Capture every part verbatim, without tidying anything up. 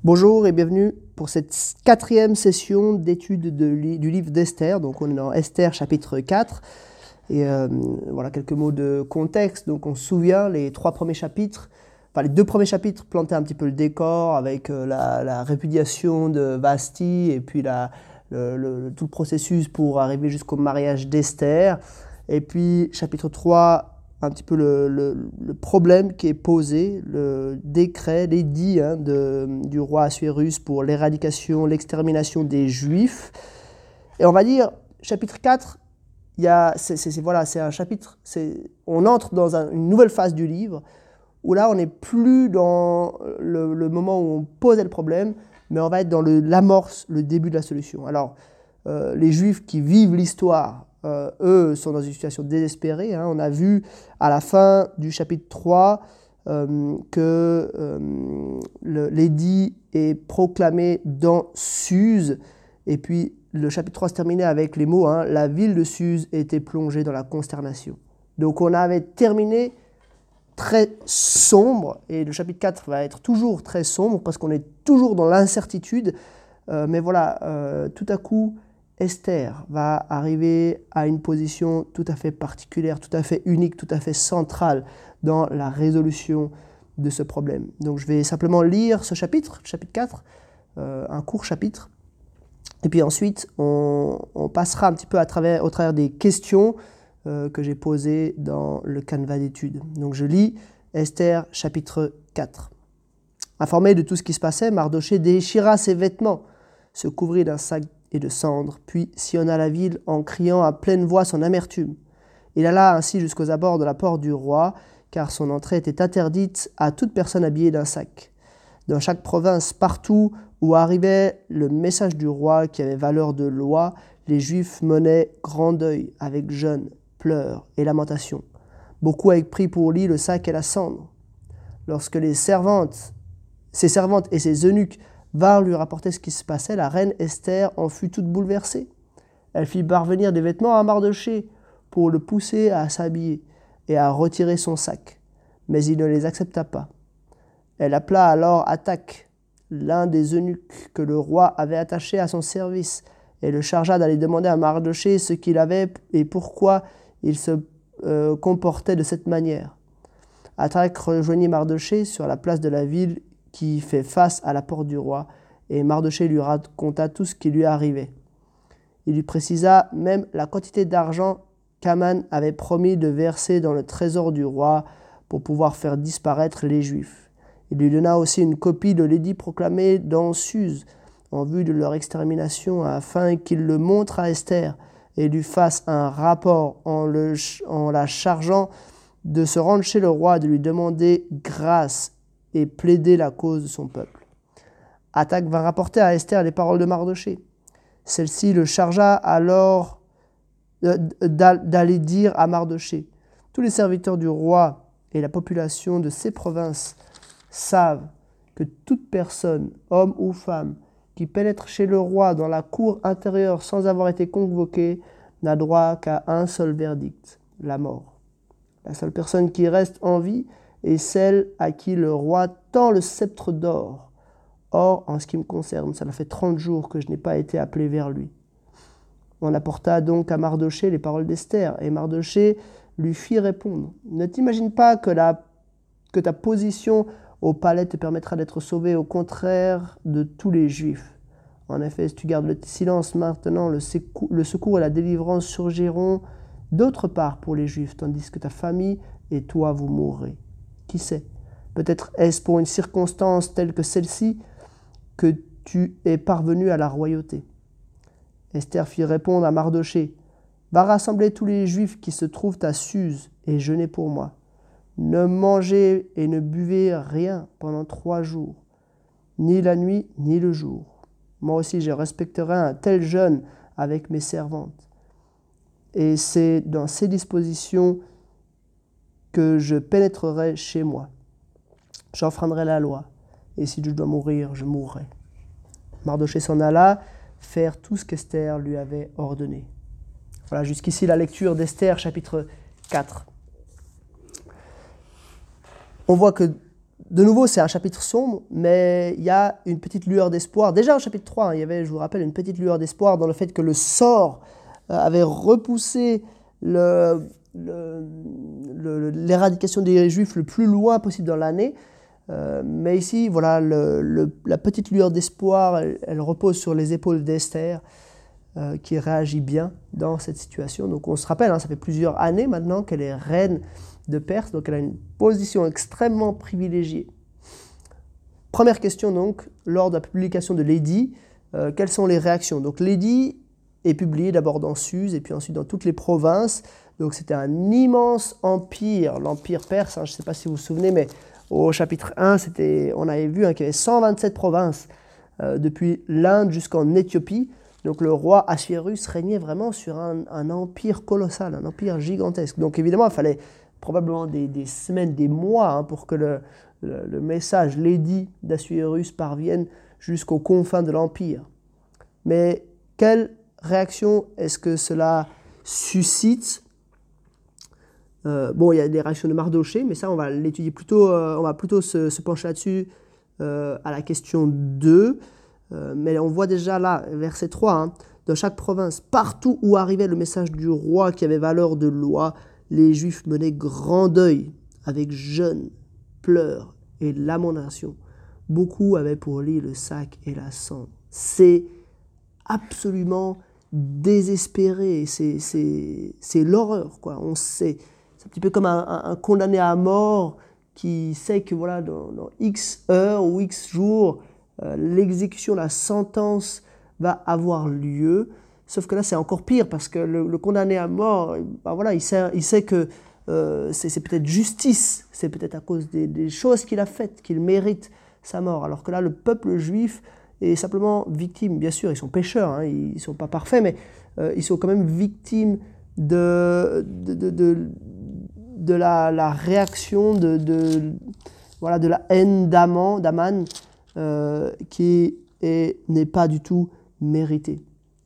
Bonjour et bienvenue pour cette quatrième session d'étude de li- du livre d'Esther. Donc on est dans Esther chapitre quatre. Et euh, voilà quelques mots de contexte. Donc on se souvient, les trois premiers chapitres, enfin les deux premiers chapitres plantaient un petit peu le décor avec euh, la, la répudiation de Vasti et puis la, le, le- tout le processus pour arriver jusqu'au mariage d'Esther. Et puis chapitre trois, un petit peu le, le- le problème qui est posé, le décret, l'édit hein, de, du roi Assuérus pour l'éradication, l'extermination des Juifs. Et on va dire, chapitre quatre, il y a, c'est, c'est, c'est- voilà, c'est un chapitre, c'est, on entre dans un- une nouvelle phase du livre, où là on n'est plus dans le, le moment où on posait le problème, mais on va être dans le, l'amorce, le début de la solution. Alors, euh, les Juifs qui vivent l'histoire, euh, eux, sont dans une situation désespérée. Hein. On a vu à la fin du chapitre trois euh, que euh, le, l'édit est proclamé dans Suse. Et puis le chapitre trois se terminait avec les mots hein, « La ville de Suse était plongée dans la consternation ». Donc on avait terminé très sombre, et le chapitre quatre va être toujours très sombre parce qu'on est toujours dans l'incertitude. Euh, mais voilà, euh, tout à coup, Esther va arriver à une position tout à fait particulière, tout à fait unique, tout à fait centrale dans la résolution de ce problème. Donc je vais simplement lire ce chapitre, chapitre quatre, euh, un court chapitre, et puis ensuite on, on passera un petit peu à travers, au travers des questions euh, que j'ai posées dans le canevas d'études. Donc je lis Esther chapitre quatre. Informé de tout ce qui se passait, Mardochée déchira ses vêtements, se couvrit d'un sac et de cendres, puis sillonna la ville en criant à pleine voix son amertume. Il alla ainsi jusqu'aux abords de la porte du roi, car son entrée était interdite à toute personne habillée d'un sac. Dans chaque province, partout où arrivait le message du roi qui avait valeur de loi, les Juifs menaient grand deuil avec jeûne, pleurs et lamentations. Beaucoup avaient pris pour lit le sac et la cendre. Lorsque les servantes, ses servantes et ses eunuques vinrent lui rapporter ce qui se passait, la reine Esther en fut toute bouleversée. Elle fit parvenir des vêtements à Mardochée pour le pousser à s'habiller et à retirer son sac, mais il ne les accepta pas. Elle appela alors Attac, l'un des eunuques que le roi avait attaché à son service, et le chargea d'aller demander à Mardochée ce qu'il avait et pourquoi il se euh, comportait de cette manière. Attac rejoignit Mardochée sur la place de la ville qui fait face à la porte du roi, et Mardochée lui raconta tout ce qui lui arrivait. Il lui précisa même la quantité d'argent qu'Aman avait promis de verser dans le trésor du roi pour pouvoir faire disparaître les Juifs. Il lui donna aussi une copie de l'édit proclamé dans Suse en vue de leur extermination, afin qu'il le montre à Esther et lui fasse un rapport en, le, en la chargeant de se rendre chez le roi et de lui demander grâce et plaider la cause de son peuple. Attac vint rapporter à Esther les paroles de Mardochée. Celle-ci le chargea alors d'aller dire à Mardochée: tous les serviteurs du roi et la population de ces provinces savent que toute personne, homme ou femme, qui pénètre chez le roi dans la cour intérieure sans avoir été convoquée n'a droit qu'à un seul verdict, la mort. La seule personne qui reste en vie est celle à qui le roi tend le sceptre d'or. Or, en ce qui me concerne, cela fait trente jours que je n'ai pas été appelé vers lui. On apporta donc à Mardochée les paroles d'Esther, et Mardochée lui fit répondre: ne t'imagine pas que, la, que ta position au palais te permettra d'être sauvé, au contraire de tous les Juifs. En effet, si tu gardes le silence maintenant, le secours, le secours et la délivrance surgiront d'autre part pour les Juifs, tandis que ta famille et toi vous mourrez. Qui sait? Peut-être est-ce pour une circonstance telle que celle-ci que tu es parvenu à la royauté. Esther fit répondre à Mardochée: va rassembler tous les Juifs qui se trouvent à Suse et jeûnez pour moi. Ne mangez et ne buvez rien pendant trois jours, ni la nuit ni le jour. Moi aussi je respecterai un tel jeûne avec mes servantes. Et c'est dans ces dispositions que je pénétrerai chez moi. J'enfreindrai la loi, et si je dois mourir, je mourrai. Mardochée s'en alla faire tout ce qu'Esther lui avait ordonné. Voilà, jusqu'ici la lecture d'Esther, chapitre quatre. On voit que de nouveau, c'est un chapitre sombre, mais il y a une petite lueur d'espoir. Déjà au chapitre trois, hein, il y avait, je vous rappelle, une petite lueur d'espoir dans le fait que le sort euh, avait repoussé le, le, le, l'éradication des Juifs le plus loin possible dans l'année. Euh, mais ici, voilà, le, le, la petite lueur d'espoir, elle, elle repose sur les épaules d'Esther, euh, qui réagit bien dans cette situation. Donc on se rappelle, hein, ça fait plusieurs années maintenant qu'elle est reine de Perse, donc elle a une position extrêmement privilégiée. Première question donc, lors de la publication de l'édit, euh, quelles sont les réactions? Donc l'édit est publié d'abord dans Suse et puis ensuite dans toutes les provinces. Donc c'était un immense empire, l'empire perse, hein, je ne sais pas si vous vous souvenez, mais au chapitre un, c'était, on avait vu hein, qu'il y avait cent vingt-sept provinces, euh, depuis l'Inde jusqu'en Éthiopie. Donc le roi Assuérus régnait vraiment sur un, un empire colossal, un empire gigantesque. Donc évidemment, il fallait probablement des, des semaines, des mois hein, pour que le, le, le message, l'édit d'Assuérus parvienne jusqu'aux confins de l'empire. Mais quelle réaction est-ce que cela suscite? euh, Bon, il y a des réactions de Mardoché, mais ça, on va l'étudier plutôt, euh, on va plutôt se, se pencher là-dessus euh, à la question deux. Euh, mais on voit déjà là, verset trois, hein, dans chaque province, partout où arrivait le message du roi qui avait valeur de loi, les Juifs menaient grand deuil, avec jeûne, pleurs et lamentation. Beaucoup avaient pour lit le sac et la cendre. C'est absolument désespéré, c'est, c'est, c'est l'horreur, quoi. On sait, c'est un petit peu comme un, un, un condamné à mort qui sait que voilà, dans, dans X heures ou X jours, euh, l'exécution, la sentence va avoir lieu. Sauf que là, c'est encore pire parce que le, le condamné à mort, ben voilà, il sait, il sait que euh, c'est, c'est peut-être justice, c'est peut-être à cause des, des choses qu'il a faites qu'il mérite sa mort. Alors que là, le peuple juif est simplement victime. Bien sûr, ils sont pécheurs, hein, ils ne sont pas parfaits, mais euh, ils sont quand même victimes de, de, de, de, de la, la réaction, de, de, voilà, de la haine d'Aman, d'Aman euh, qui est, n'est pas du tout méritée.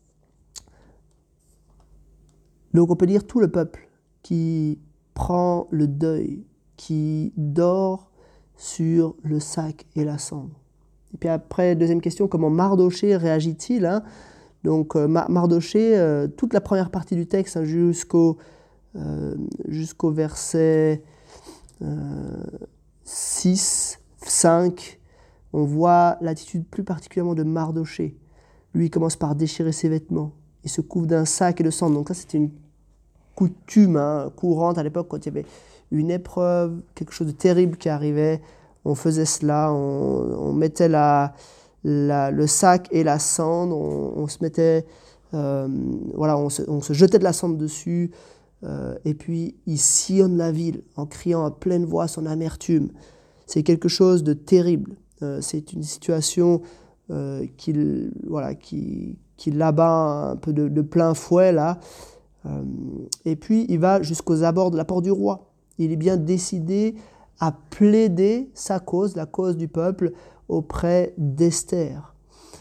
Donc on peut dire tout le peuple qui prend le deuil, qui dort sur le sac et la cendre. Et puis après, deuxième question, comment Mardoché réagit-il hein? Donc euh, Mardoché, euh, toute la première partie du texte hein, jusqu'au, euh, jusqu'au verset euh, six, cinq, on voit l'attitude plus particulièrement de Mardoché. Lui, il commence par déchirer ses vêtements, il se couvre d'un sac et de cendre. Donc ça, c'était une coutume hein, courante à l'époque quand il y avait une épreuve, quelque chose de terrible qui arrivait. On faisait cela, on, on mettait la, la, le sac et la cendre, on, on se mettait, euh, voilà, on se, on se jetait de la cendre dessus, euh, et puis il sillonne la ville en criant à pleine voix son amertume. C'est quelque chose de terrible. Euh, c'est une situation euh, qui, voilà, qui, qui l'abat un peu de, de plein fouet là. Euh, et puis il va jusqu'aux abords de la porte du roi. Il est bien décidé à plaider sa cause, la cause du peuple, auprès d'Esther.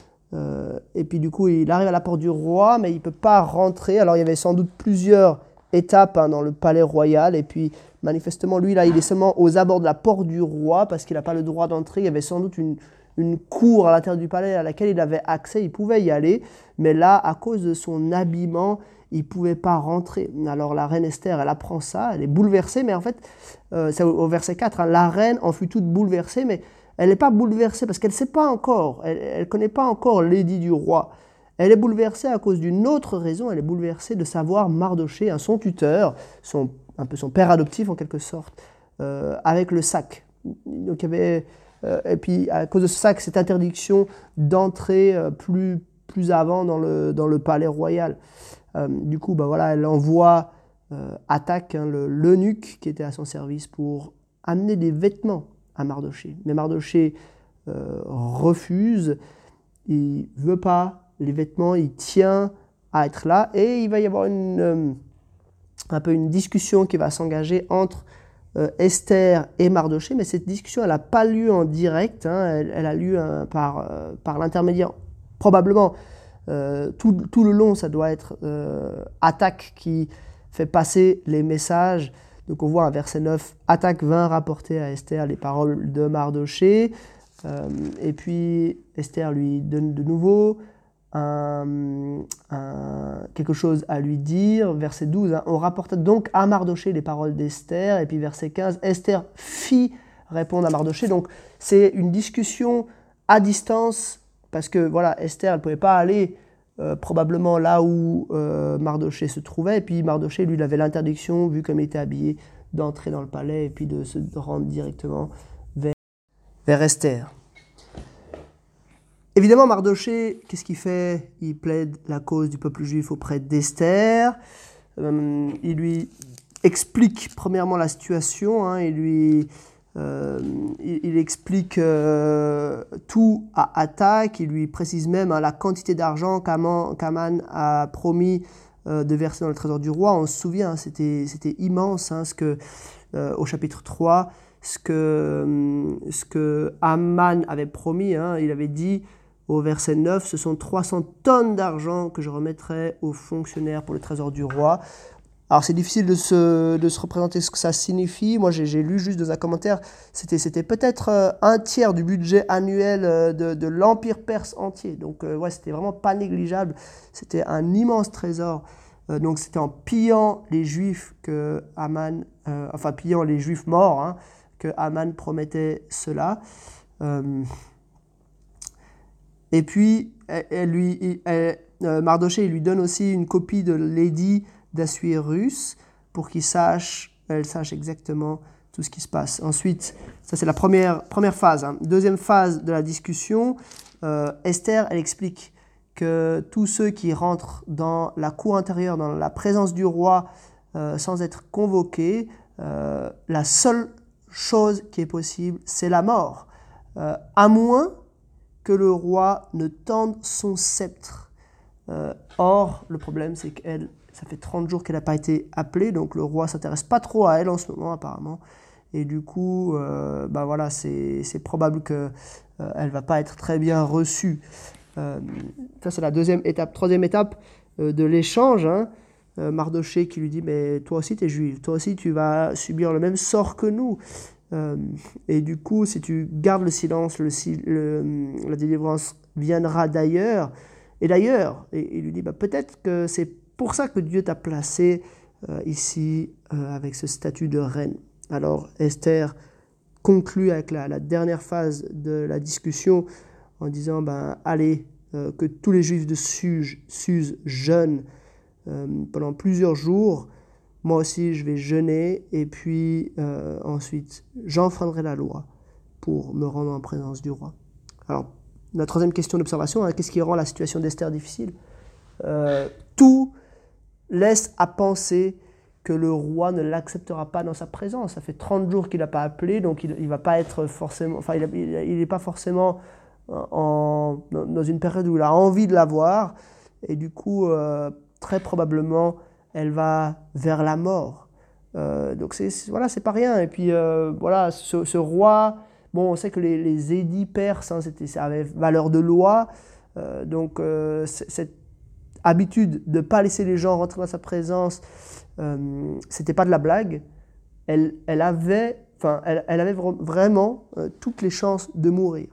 Euh, et puis du coup, il arrive à la porte du roi, mais il ne peut pas rentrer. Alors il y avait sans doute plusieurs étapes hein, dans le palais royal, et puis manifestement, lui, là, il est seulement aux abords de la porte du roi, parce qu'il n'a pas le droit d'entrer. Il y avait sans doute une, une cour à l'intérieur du palais à laquelle il avait accès, il pouvait y aller, mais là, à cause de son habillement, il ne pouvait pas rentrer. Alors la reine Esther, elle apprend ça, elle est bouleversée, mais en fait, euh, c'est au, au verset quatre, hein, la reine en fut toute bouleversée, mais elle n'est pas bouleversée parce qu'elle ne sait pas encore, elle ne connaît pas encore l'édit du roi. Elle est bouleversée à cause d'une autre raison, elle est bouleversée de savoir Mardoché, hein, son tuteur, son, un peu son père adoptif en quelque sorte, euh, avec le sac. Donc, il y avait, euh, et puis à cause de ce sac, cette interdiction d'entrer euh, plus, plus avant dans le, dans le palais royal. Euh, du coup, bah voilà, elle envoie euh, Attaque, hein, le, l'eunuque qui était à son service, pour amener des vêtements à Mardoché. Mais Mardoché euh, refuse, il ne veut pas les vêtements, il tient à être là, et il va y avoir une, euh, un peu une discussion qui va s'engager entre euh, Esther et Mardoché, mais cette discussion, elle n'a pas lieu en direct, hein, elle, elle a lieu hein, par, euh, par l'intermédiaire, probablement, Euh, tout, tout le long, ça doit être euh, Attaque qui fait passer les messages Donc on voit un verset neuf, Attaque vint rapporter à Esther les paroles de Mardoché. Euh, et puis Esther lui donne de nouveau un, un, quelque chose à lui dire. Verset douze, hein, on rapporta donc à Mardoché les paroles d'Esther. Et puis verset quinze, Esther fit répondre à Mardoché. Donc c'est une discussion à distance, parce que voilà, Esther, elle ne pouvait pas aller euh, probablement là où euh, Mardoché se trouvait. Et puis Mardoché, lui, il avait l'interdiction, vu comme il était habillé, d'entrer dans le palais et puis de se rendre directement vers, vers Esther. Évidemment, Mardoché, qu'est-ce qu'il fait? Il plaide la cause du peuple juif auprès d'Esther. Euh, il lui explique premièrement la situation. Hein, il lui euh, il, il explique euh, tout à Attaque. Il lui précise même hein, la quantité d'argent qu'Aman, qu'Aman a promis euh, de verser dans le trésor du roi. On se souvient, hein, c'était, c'était immense hein, ce que, euh, au chapitre trois, ce que, ce que Aman avait promis. Hein, il avait dit au verset neuf, ce sont trois cents tonnes d'argent que je remettrai aux fonctionnaires pour le trésor du roi. Alors c'est difficile de se, de se représenter ce que ça signifie. Moi j'ai, j'ai lu juste dans un commentaire, c'était, c'était peut-être euh, un tiers du budget annuel euh, de, de l'Empire perse entier. Donc euh, ouais, c'était vraiment pas négligeable. C'était un immense trésor. Euh, donc c'était en pillant les Juifs que Aman, euh, enfin pillant les Juifs morts, hein, que Aman promettait cela. Euh, Et puis, elle, elle lui, elle, euh, Mardoché il lui donne aussi une copie de l'édit d'Assuérus pour qu'il sache, elle sache exactement tout ce qui se passe. Ensuite, ça c'est la première, première phase. Hein. Deuxième phase de la discussion, euh, Esther, elle explique que tous ceux qui rentrent dans la cour intérieure, dans la présence du roi, euh, sans être convoqués, euh, la seule chose qui est possible, c'est la mort. Euh, à moins que le roi ne tende son sceptre. Euh, or, le problème, c'est qu'elle, ça fait trente jours qu'elle n'a pas été appelée, donc le roi ne s'intéresse pas trop à elle en ce moment, apparemment. Et du coup, euh, bah voilà, c'est, c'est probable qu'elle euh, ne va pas être très bien reçue. Euh, ça, c'est la deuxième étape. Troisième étape euh, de l'échange, hein. euh, Mardoché qui lui dit, mais toi aussi, tu es juive, toi aussi, tu vas subir le même sort que nous. Euh, et du coup, si tu gardes le silence, le, le, la délivrance viendra d'ailleurs. Et d'ailleurs, et, il lui dit, bah, peut-être que c'est pour ça que Dieu t'a placé euh, ici euh, avec ce statut de reine. Alors Esther conclut avec la, la dernière phase de la discussion en disant, ben, allez, euh, que tous les Juifs de Suse, Suse jeûnent euh, pendant plusieurs jours. Moi aussi, je vais jeûner et puis euh, ensuite, j'enfreindrai la loi pour me rendre en présence du roi. Alors, la troisième question d'observation, hein, qu'est-ce qui rend la situation d'Esther difficile? euh, Tout laisse à penser que le roi ne l'acceptera pas dans sa présence. Ça fait trente jours qu'il n'a pas appelé, donc il, il va pas être forcément, enfin, il n'est pas forcément en, dans une période où il a envie de la voir, et du coup, euh, très probablement, elle va vers la mort. Euh, donc c'est, c'est, voilà, c'est pas rien. Et puis euh, voilà, ce, ce roi, bon, on sait que les, les édits perses, hein, c'était, ça avait valeur de loi. Euh, donc euh, cette habitude de ne pas laisser les gens rentrer dans sa présence, euh, c'était pas de la blague. Elle, elle avait, enfin, elle, elle avait vraiment euh, toutes les chances de mourir.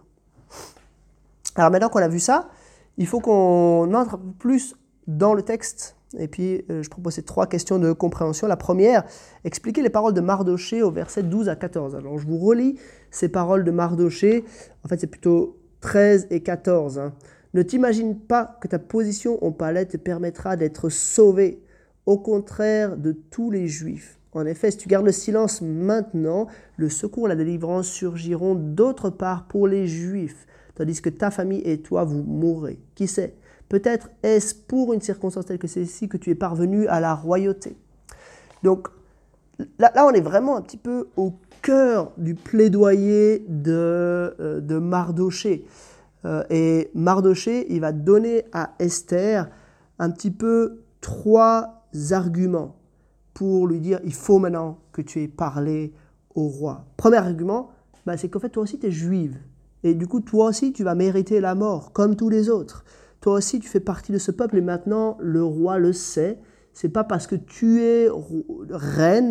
Alors maintenant qu'on a vu ça, il faut qu'on entre un peu plus dans le texte. Et puis, euh, je propose ces trois questions de compréhension. La première, expliquer les paroles de Mardoché au verset douze à quatorze. Alors, je vous relis ces paroles de Mardoché. En fait, c'est plutôt treize et quatorze. Hein. Ne t'imagine pas que ta position au palais te permettra d'être sauvé, au contraire de tous les Juifs. En effet, si tu gardes le silence maintenant, le secours et la délivrance surgiront d'autre part pour les Juifs, tandis que ta famille et toi, vous mourrez. Qui sait ? Peut-être est-ce pour une circonstance telle que celle-ci que tu es parvenu à la royauté. Donc là, là, on est vraiment un petit peu au cœur du plaidoyer de, euh, de Mardoché. Euh, et Mardoché, il va donner à Esther un petit peu trois arguments pour lui dire il faut maintenant que tu aies parlé au roi. Premier argument, bah, c'est qu'en fait toi aussi tu es juive. Et du coup toi aussi tu vas mériter la mort comme tous les autres. Toi aussi, tu fais partie de ce peuple et maintenant, le roi le sait. Ce n'est pas parce que tu es reine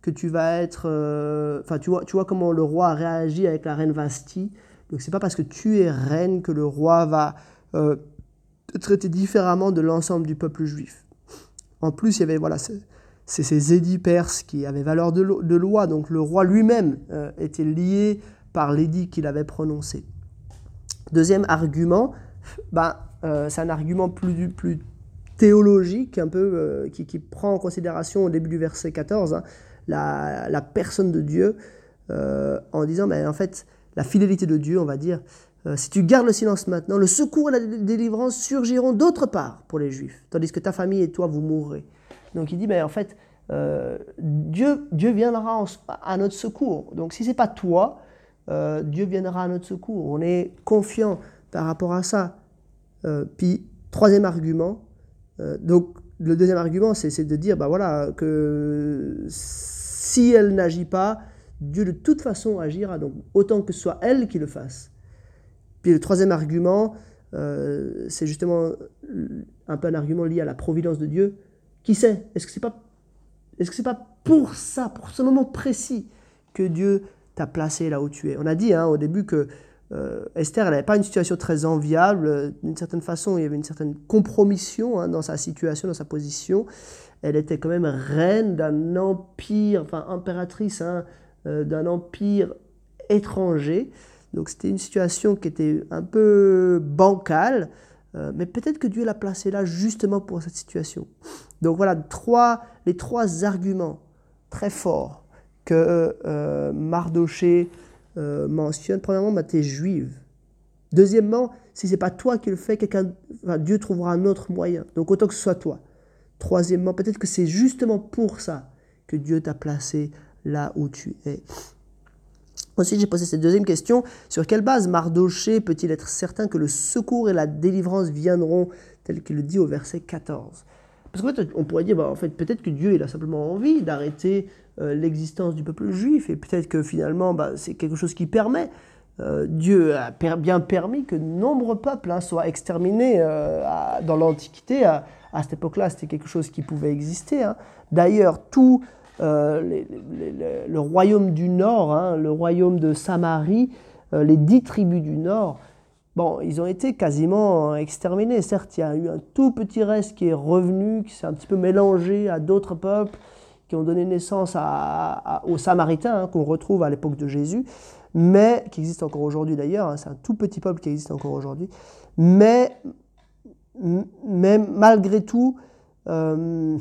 que tu vas être... Enfin, euh, tu, vois, tu vois comment le roi a réagi avec la reine Vasti. Donc, c'est pas parce que tu es reine que le roi va euh, te traiter différemment de l'ensemble du peuple juif. En plus, il y avait voilà, c'est, c'est ces édits perses qui avaient valeur de, lo, de loi. Donc, le roi lui-même euh, était lié par l'édit qu'il avait prononcé. Deuxième argument, ben, euh, c'est un argument plus, plus théologique, un peu, euh, qui, qui prend en considération au début du verset quatorze, hein, la, la personne de Dieu, euh, en disant, ben, en fait, la fidélité de Dieu, on va dire, euh, si tu gardes le silence maintenant, le secours et la délivrance surgiront d'autre part pour les Juifs, tandis que ta famille et toi, vous mourrez. Donc il dit, ben, en fait, euh, Dieu, Dieu viendra en, à notre secours. Donc si ce n'est pas toi, euh, Dieu viendra à notre secours. On est confiant par rapport à ça. Euh, puis, troisième argument, euh, donc le deuxième argument, c'est, c'est de dire, ben, voilà, que si elle n'agit pas, Dieu de toute façon agira, donc autant que ce soit elle qui le fasse. Puis le troisième argument, euh, c'est justement un peu un argument lié à la providence de Dieu. Qui sait? Est-ce que c'est pas, est-ce que c'est pas pour ça, pour ce moment précis, que Dieu t'a placé là où tu es? On a dit hein, au début que euh, Esther, elle n'avait pas une situation très enviable. D'une certaine façon, il y avait une certaine compromission hein, dans sa situation, dans sa position. Elle était quand même reine d'un empire, enfin impératrice, hein, euh, d'un empire étranger. Donc c'était une situation qui était un peu bancale, euh, mais peut-être que Dieu l'a placée là justement pour cette situation. Donc voilà trois, les trois arguments très forts que euh, Mardochée euh, mentionne. Premièrement, bah, tu es juive. Deuxièmement, si ce n'est pas toi qui le fais, quelqu'un, enfin, Dieu trouvera un autre moyen. Donc autant que ce soit toi. Troisièmement, peut-être que c'est justement pour ça que Dieu t'a placé là où tu es. Ensuite, j'ai posé cette deuxième question. Sur quelle base Mardochée peut-il être certain que le secours et la délivrance viendront, tel qu'il le dit au verset quatorze? Parce qu'en fait, on pourrait dire, bah, en fait, peut-être que Dieu il a simplement envie d'arrêter euh, l'existence du peuple juif, et peut-être que finalement, bah, c'est quelque chose qui permet. Euh, Dieu a per- bien permis que de nombreux peuples hein, soient exterminés euh, à, dans l'Antiquité. À, à cette époque-là, c'était quelque chose qui pouvait exister. Hein. D'ailleurs, tout euh, les, les, les, le royaume du Nord, hein, le royaume de Samarie, euh, les dix tribus du Nord, bon, ils ont été quasiment exterminés. Certes, il y a eu un tout petit reste qui est revenu, qui s'est un petit peu mélangé à d'autres peuples, qui ont donné naissance à, à, aux Samaritains, hein, qu'on retrouve à l'époque de Jésus, mais qui existe encore aujourd'hui d'ailleurs, hein, c'est un tout petit peuple qui existe encore aujourd'hui, mais, mais malgré tout, euh,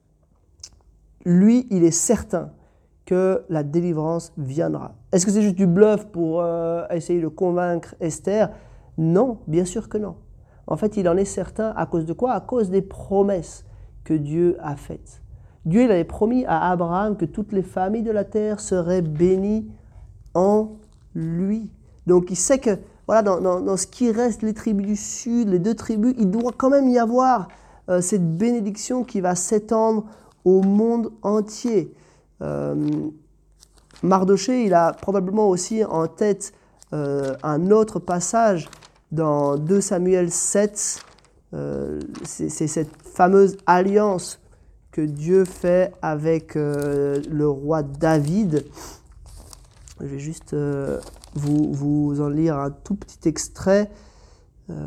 lui, il est certain que la délivrance viendra. Est-ce que c'est juste du bluff pour euh, essayer de convaincre Esther? Non, bien sûr que non. En fait, il en est certain à cause de quoi? À cause des promesses que Dieu a faites. Dieu il avait promis à Abraham que toutes les familles de la terre seraient bénies en lui. Donc il sait que voilà, dans, dans, dans ce qui reste, les tribus du sud, les deux tribus, il doit quand même y avoir euh, cette bénédiction qui va s'étendre au monde entier. Euh, Mardochée, il a probablement aussi en tête euh, un autre passage dans deux Samuel sept. Euh, c'est, c'est cette fameuse alliance que Dieu fait avec euh, le roi David. Je vais juste euh, vous, vous en lire un tout petit extrait. Euh,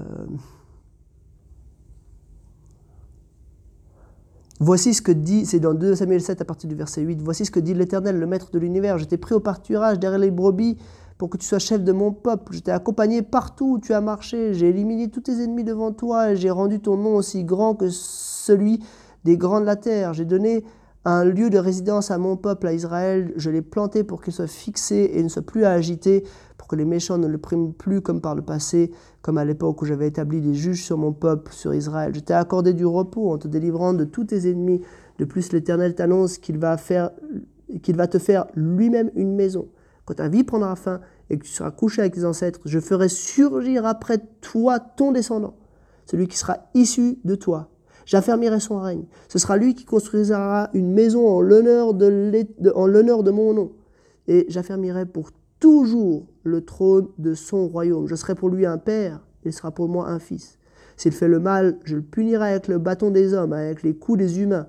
Voici ce que dit, c'est dans deux Samuel sept à partir du verset huit, voici ce que dit l'Éternel, le Maître de l'univers. Je t'ai pris au pâturage derrière les brebis pour que tu sois chef de mon peuple. Je t'ai accompagné partout où tu as marché. J'ai éliminé tous tes ennemis devant toi et j'ai rendu ton nom aussi grand que celui des grands de la terre. J'ai donné un lieu de résidence à mon peuple, à Israël. Je l'ai planté pour qu'il soit fixé et ne soit plus à agiter, pour que les méchants ne le priment plus comme par le passé, comme à l'époque où j'avais établi des juges sur mon peuple, sur Israël. Je t'ai accordé du repos en te délivrant de tous tes ennemis. De plus, l'Éternel t'annonce qu'il va, faire, qu'il va te faire lui-même une maison. Quand ta vie prendra fin et que tu seras couché avec tes ancêtres, je ferai surgir après toi ton descendant, celui qui sera issu de toi. J'affermirai son règne. Ce sera lui qui construira une maison en l'honneur de, de, en l'honneur de mon nom. Et j'affermirai pour toujours le trône de son royaume. Je serai pour lui un père, il sera pour moi un fils. S'il fait le mal, je le punirai avec le bâton des hommes, avec les coups des humains.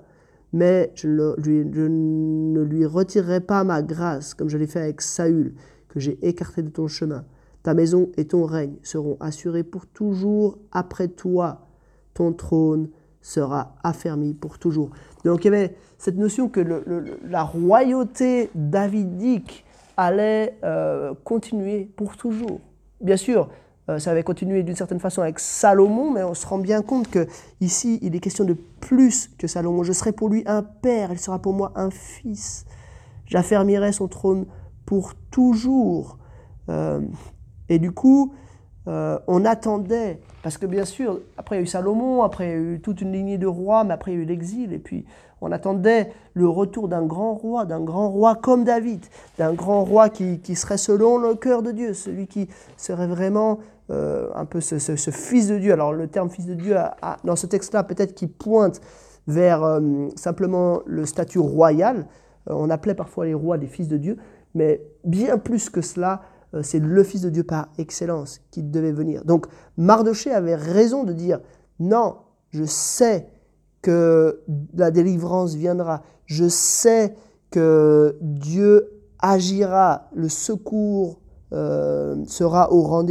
mais je ne, lui, je ne lui retirerai pas ma grâce, comme je l'ai fait avec Saül, que j'ai écarté de ton chemin. Ta maison et ton règne seront assurés pour toujours après toi. Ton trône sera affermi pour toujours. Donc il y avait cette notion que le, le, la royauté davidique allait euh, continuer pour toujours. Bien sûr, euh, ça avait continué d'une certaine façon avec Salomon, mais on se rend bien compte qu'ici, il est question de plus que Salomon. Je serai pour lui un père, il sera pour moi un fils. J'affermirai son trône pour toujours. Euh, et du coup, euh, on attendait, parce que bien sûr, après il y a eu Salomon, après il y a eu toute une lignée de rois, mais après il y a eu l'exil, et puis on attendait le retour d'un grand roi, d'un grand roi comme David, d'un grand roi qui, qui serait selon le cœur de Dieu, celui qui serait vraiment euh, un peu ce, ce, ce fils de Dieu. Alors le terme fils de Dieu, a, a, dans ce texte-là, peut-être qu'il pointe vers euh, simplement le statut royal. Euh, on appelait parfois les rois des fils de Dieu, mais bien plus que cela, euh, c'est le fils de Dieu par excellence qui devait venir. Donc Mardochée avait raison de dire « Non, je sais que la délivrance viendra. Je sais que Dieu agira, le secours euh, sera au rendez-vous. »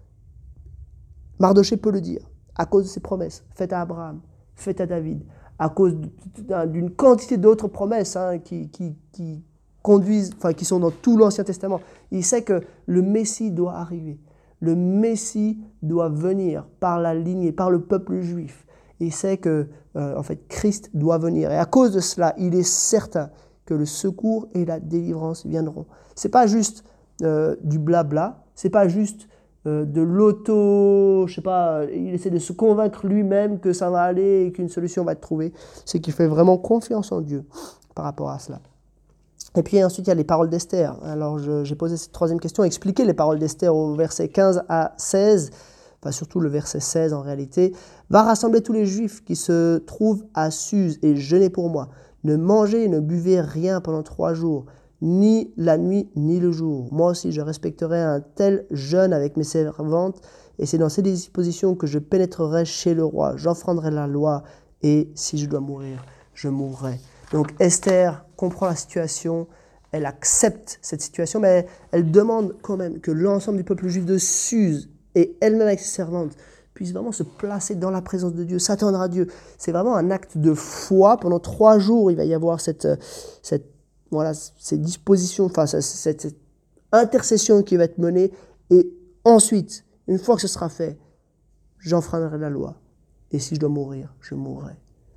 Mardochée peut le dire, à cause de ses promesses faites à Abraham, faites à David, à cause d'une quantité d'autres promesses hein, qui, qui, qui, conduisent, enfin, qui sont dans tout l'Ancien Testament. Il sait que le Messie doit arriver. Le Messie doit venir par la lignée, par le peuple juif. Il sait que euh, en fait, Christ doit venir. Et à cause de cela, il est certain que le secours et la délivrance viendront. Ce n'est pas juste euh, du blabla, ce n'est pas juste euh, de l'auto, je sais pas, il essaie de se convaincre lui-même que ça va aller et qu'une solution va être trouvée. C'est qu'il fait vraiment confiance en Dieu par rapport à cela. Et puis ensuite, il y a les paroles d'Esther. Alors, je, j'ai posé cette troisième question, expliquer les paroles d'Esther au verset quinze à seize, enfin surtout le verset seize en réalité. « Va rassembler tous les Juifs qui se trouvent à Suse et jeûnez pour moi. Ne mangez et ne buvez rien pendant trois jours, ni la nuit ni le jour. Moi aussi, je respecterai un tel jeûne avec mes servantes, et c'est dans ces dispositions que je pénétrerai chez le roi. J'enfreindrai la loi, et si je dois mourir, je mourrai. » Donc Esther comprend la situation, elle accepte cette situation, mais elle, elle demande quand même que l'ensemble du peuple juif de Suse et elle-même avec ses servantes puissent vraiment se placer dans la présence de Dieu, s'attendre à Dieu. C'est vraiment un acte de foi. Pendant trois jours, il va y avoir cette, cette, voilà, ces dispositions, enfin cette, cette intercession qui va être menée. Et ensuite, une fois que ce sera fait, j'enfreindrai la loi. Et si je dois mourir, je mourrai.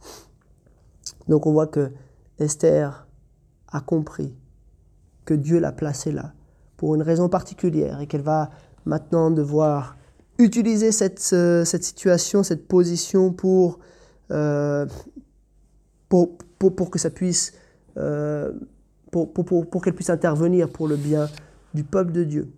Donc on voit que Esther a compris que Dieu l'a placée là pour une raison particulière et qu'elle va maintenant devoir utiliser cette, euh, cette situation, cette position pour, euh, pour, pour, pour que ça puisse, euh, pour, pour, pour, pour qu'elle puisse intervenir pour le bien du peuple de Dieu.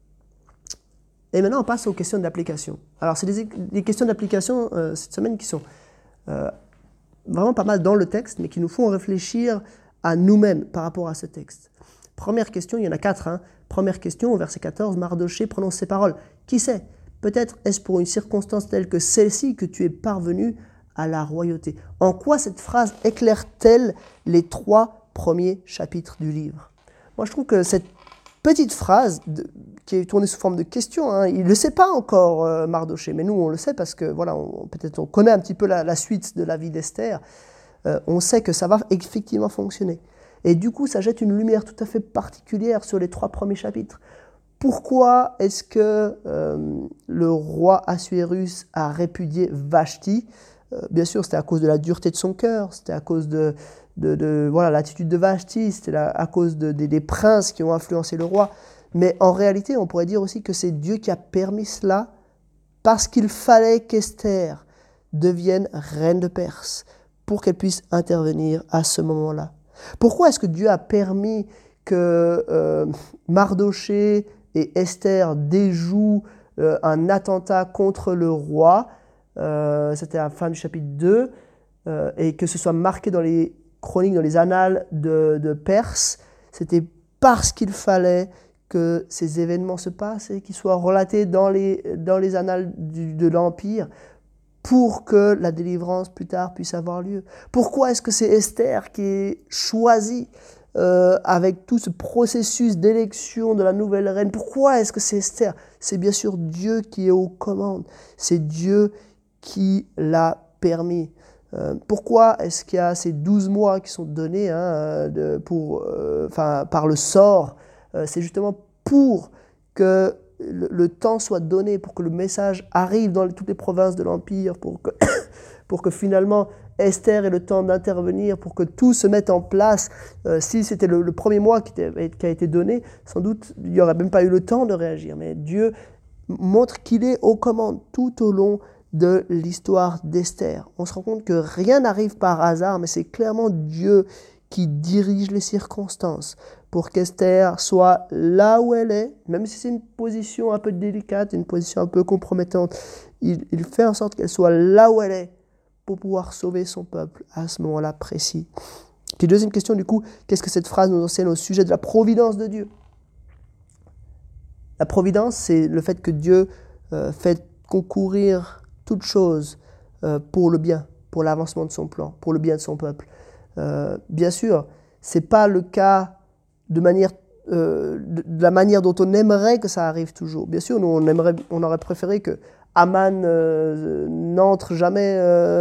Et maintenant on passe aux questions d'application. Alors c'est des, des questions d'application euh, cette semaine qui sont euh, vraiment pas mal dans le texte, mais qui nous font réfléchir à nous-mêmes par rapport à ce texte. Première question, il y en a quatre. Hein. Première question, au verset quatorze, Mardochée prononce ces paroles. Qui sait? Peut-être est-ce pour une circonstance telle que celle-ci que tu es parvenu à la royauté. En quoi cette phrase éclaire-t-elle les trois premiers chapitres du livre? Moi, je trouve que cette petite phrase de, qui est tournée sous forme de question, hein, il ne le sait pas encore, euh, Mardochée, mais nous, on le sait parce que voilà, on, peut-être on connaît un petit peu la, la suite de la vie d'Esther. Euh, on sait que ça va effectivement fonctionner. Et du coup, ça jette une lumière tout à fait particulière sur les trois premiers chapitres. Pourquoi est-ce que euh, le roi Assuérus a répudié Vashti? euh, Bien sûr, c'était à cause de la dureté de son cœur, c'était à cause de, de, de voilà, l'attitude de Vashti, c'était la, à cause de, de, des princes qui ont influencé le roi. Mais en réalité, on pourrait dire aussi que c'est Dieu qui a permis cela parce qu'il fallait qu'Esther devienne reine de Perse pour qu'elle puisse intervenir à ce moment-là. Pourquoi est-ce que Dieu a permis que euh, Mardochée et Esther déjouent euh, un attentat contre le roi, euh, c'était à la fin du chapitre deux, euh, et que ce soit marqué dans les chroniques, dans les annales de, de Perse? C'était parce qu'il fallait que ces événements se passent et qu'ils soient relatés dans les, dans les annales du, de l'Empire pour que la délivrance plus tard puisse avoir lieu? Pourquoi est-ce que c'est Esther qui est choisie euh, avec tout ce processus d'élection de la nouvelle reine? Pourquoi est-ce que c'est Esther? C'est bien sûr Dieu qui est aux commandes. C'est Dieu qui l'a permis. Euh, pourquoi est-ce qu'il y a ces douze mois qui sont donnés hein, de, pour, euh, enfin, par le sort? euh, C'est justement pour que le, le temps soit donné, pour que le message arrive dans toutes les provinces de l'Empire, pour que, pour que finalement Esther ait le temps d'intervenir, pour que tout se mette en place. Euh, si c'était le, le premier mois qui, était, qui a été donné, sans doute il n'y aurait même pas eu le temps de réagir. Mais Dieu montre qu'il est aux commandes tout au long de l'histoire d'Esther. On se rend compte que rien n'arrive par hasard, mais c'est clairement Dieu qui dirige les circonstances pour qu'Esther soit là où elle est, même si c'est une position un peu délicate, une position un peu compromettante. Il, il fait en sorte qu'elle soit là où elle est pour pouvoir sauver son peuple à ce moment-là précis. Puis deuxième question du coup, qu'est-ce que cette phrase nous enseigne au sujet de la providence de Dieu? La providence, c'est le fait que Dieu euh, fait concourir toute chose euh, pour le bien, pour l'avancement de son plan, pour le bien de son peuple. Euh, bien sûr, ce n'est pas le cas de, manière, euh, de, de la manière dont on aimerait que ça arrive toujours. Bien sûr, nous, on, aimerait, on aurait préféré que Aman euh, n'entre jamais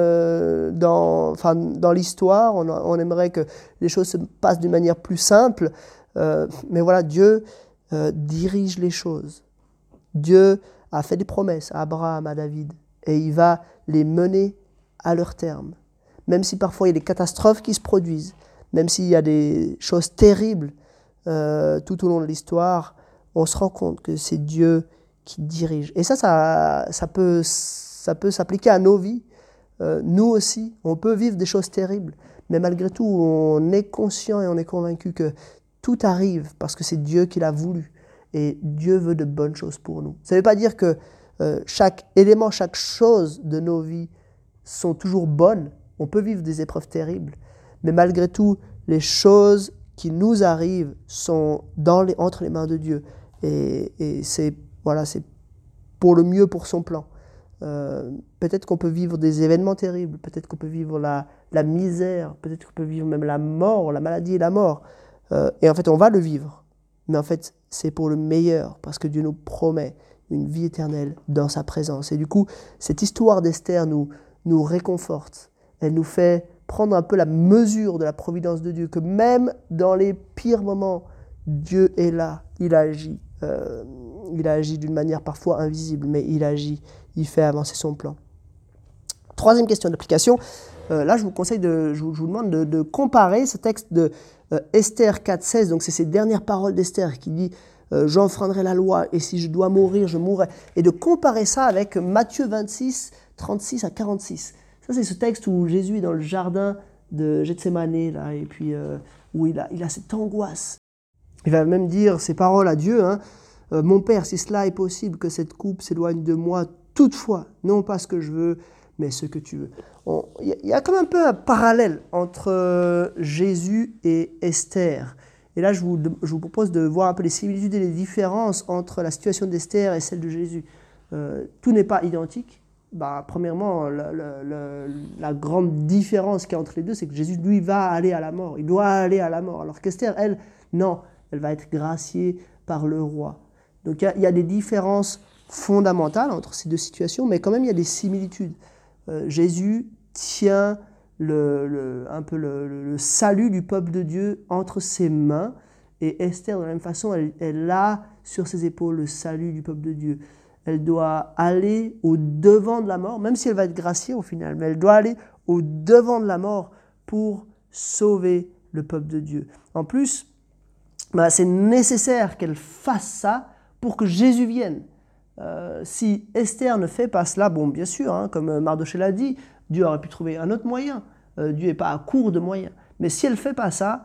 euh, dans, enfin, dans l'histoire. On, on aimerait que les choses se passent d'une manière plus simple. Euh, mais voilà, Dieu euh, dirige les choses. Dieu a fait des promesses à Abraham, à David, et il va les mener à leur terme. Même si parfois il y a des catastrophes qui se produisent, même s'il y a des choses terribles euh, tout au long de l'histoire, on se rend compte que c'est Dieu qui dirige. Et ça, ça, ça peut, ça peut s'appliquer à nos vies. Euh, nous aussi, on peut vivre des choses terribles, mais malgré tout, on est conscient et on est convaincu que tout arrive parce que c'est Dieu qui l'a voulu. Et Dieu veut de bonnes choses pour nous. Ça ne veut pas dire que euh, chaque élément, chaque chose de nos vies sont toujours bonnes. On peut vivre des épreuves terribles. Mais malgré tout, les choses qui nous arrivent sont dans les, entre les mains de Dieu. Et, et c'est, voilà, c'est pour le mieux pour son plan. Euh, peut-être qu'on peut vivre des événements terribles. Peut-être qu'on peut vivre la, la misère. Peut-être qu'on peut vivre même la mort, la maladie et la mort. Euh, et en fait, on va le vivre. Mais en fait, c'est pour le meilleur, parce que Dieu nous promet une vie éternelle dans sa présence. Et du coup, cette histoire d'Esther nous, nous réconforte. Elle nous fait prendre un peu la mesure de la providence de Dieu, que même dans les pires moments, Dieu est là, il agit. Euh, il agit d'une manière parfois invisible, mais il agit, il fait avancer son plan. Troisième question d'application. Euh, là, je vous conseille, de, je, vous, je vous demande de, de comparer ce texte de euh, Esther quatre seize, donc c'est ces dernières paroles d'Esther qui dit euh, « J'enfreindrai la loi et si je dois mourir, je mourrai », et de comparer ça avec Matthieu vingt-six, trente-six à quarante-six. Ça, c'est ce texte où Jésus est dans le jardin de Gethsémané, là, et puis euh, où il a, il a cette angoisse. Il va même dire ces paroles à Dieu, hein, euh, « Mon Père, si cela est possible, que cette coupe s'éloigne de moi, toutefois, non pas ce que je veux, mais ce que tu veux. » Il y a comme un peu un parallèle entre euh, Jésus et Esther. Et là, je vous, je vous propose de voir un peu les similitudes et les différences entre la situation d'Esther et celle de Jésus. Euh, tout n'est pas identique. Bah, premièrement, la, la, la, la grande différence qu'il y a entre les deux, c'est que Jésus, lui, va aller à la mort. Il doit aller à la mort. Alors qu'Esther, elle, non, elle va être graciée par le roi. Donc il y a, il y a des différences fondamentales entre ces deux situations, mais quand même, il y a des similitudes. Euh, Jésus tient le, le, un peu le, le, le salut du peuple de Dieu entre ses mains, et Esther, de la même façon, elle, elle a sur ses épaules le salut du peuple de Dieu. Elle doit aller au-devant de la mort, même si elle va être graciée au final, mais elle doit aller au-devant de la mort pour sauver le peuple de Dieu. En plus, bah, c'est nécessaire qu'elle fasse ça pour que Jésus vienne. Euh, si Esther ne fait pas cela, bon, bien sûr, hein, comme Mardochée l'a dit, Dieu aurait pu trouver un autre moyen. Euh, Dieu n'est pas à court de moyens. Mais si elle ne fait pas ça,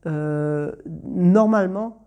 euh, normalement,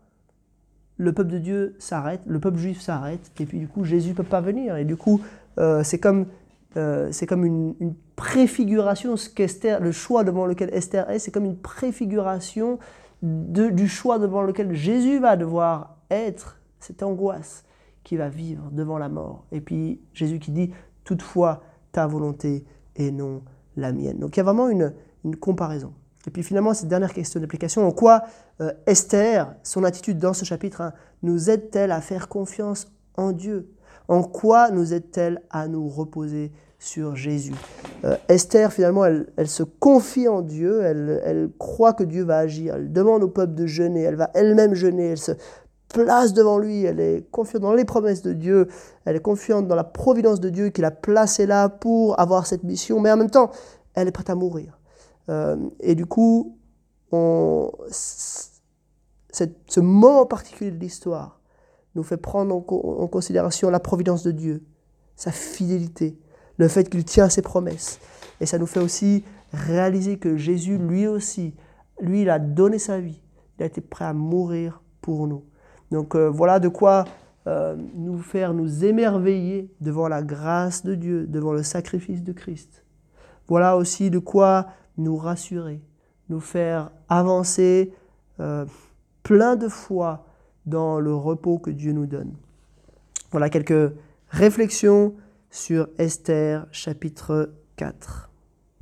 le peuple de Dieu s'arrête, le peuple juif s'arrête, et puis du coup, Jésus ne peut pas venir. Et du coup, euh, c'est comme, euh, c'est comme une, une préfiguration, ce qu'Esther, le choix devant lequel Esther est, c'est comme une préfiguration de, du choix devant lequel Jésus va devoir être, cette angoisse qui va vivre devant la mort. Et puis Jésus qui dit, toutefois, ta volonté et non la mienne. Donc il y a vraiment une, une comparaison. Et puis finalement, cette dernière question d'application, en quoi euh, Esther, son attitude dans ce chapitre, hein, nous aide-t-elle à faire confiance en Dieu? En quoi nous aide-t-elle à nous reposer sur Jésus? euh, Esther, finalement, elle, elle se confie en Dieu, elle, elle croit que Dieu va agir, elle demande au peuple de jeûner, elle va elle-même jeûner, elle se place devant lui, elle est confiante dans les promesses de Dieu, elle est confiante dans la providence de Dieu qui l'a placée là pour avoir cette mission, mais en même temps, elle est prête à mourir. Euh, et du coup, on, cette, ce moment particulier de l'histoire nous fait prendre en, en considération la providence de Dieu, sa fidélité, le fait qu'il tient ses promesses. Et ça nous fait aussi réaliser que Jésus, lui aussi, lui, il a donné sa vie. Il a été prêt à mourir pour nous. Donc euh, voilà de quoi euh, nous faire nous émerveiller devant la grâce de Dieu, devant le sacrifice de Christ. Voilà aussi de quoi nous rassurer, nous faire avancer euh, plein de foi dans le repos que Dieu nous donne. Voilà quelques réflexions sur Esther chapitre quatre.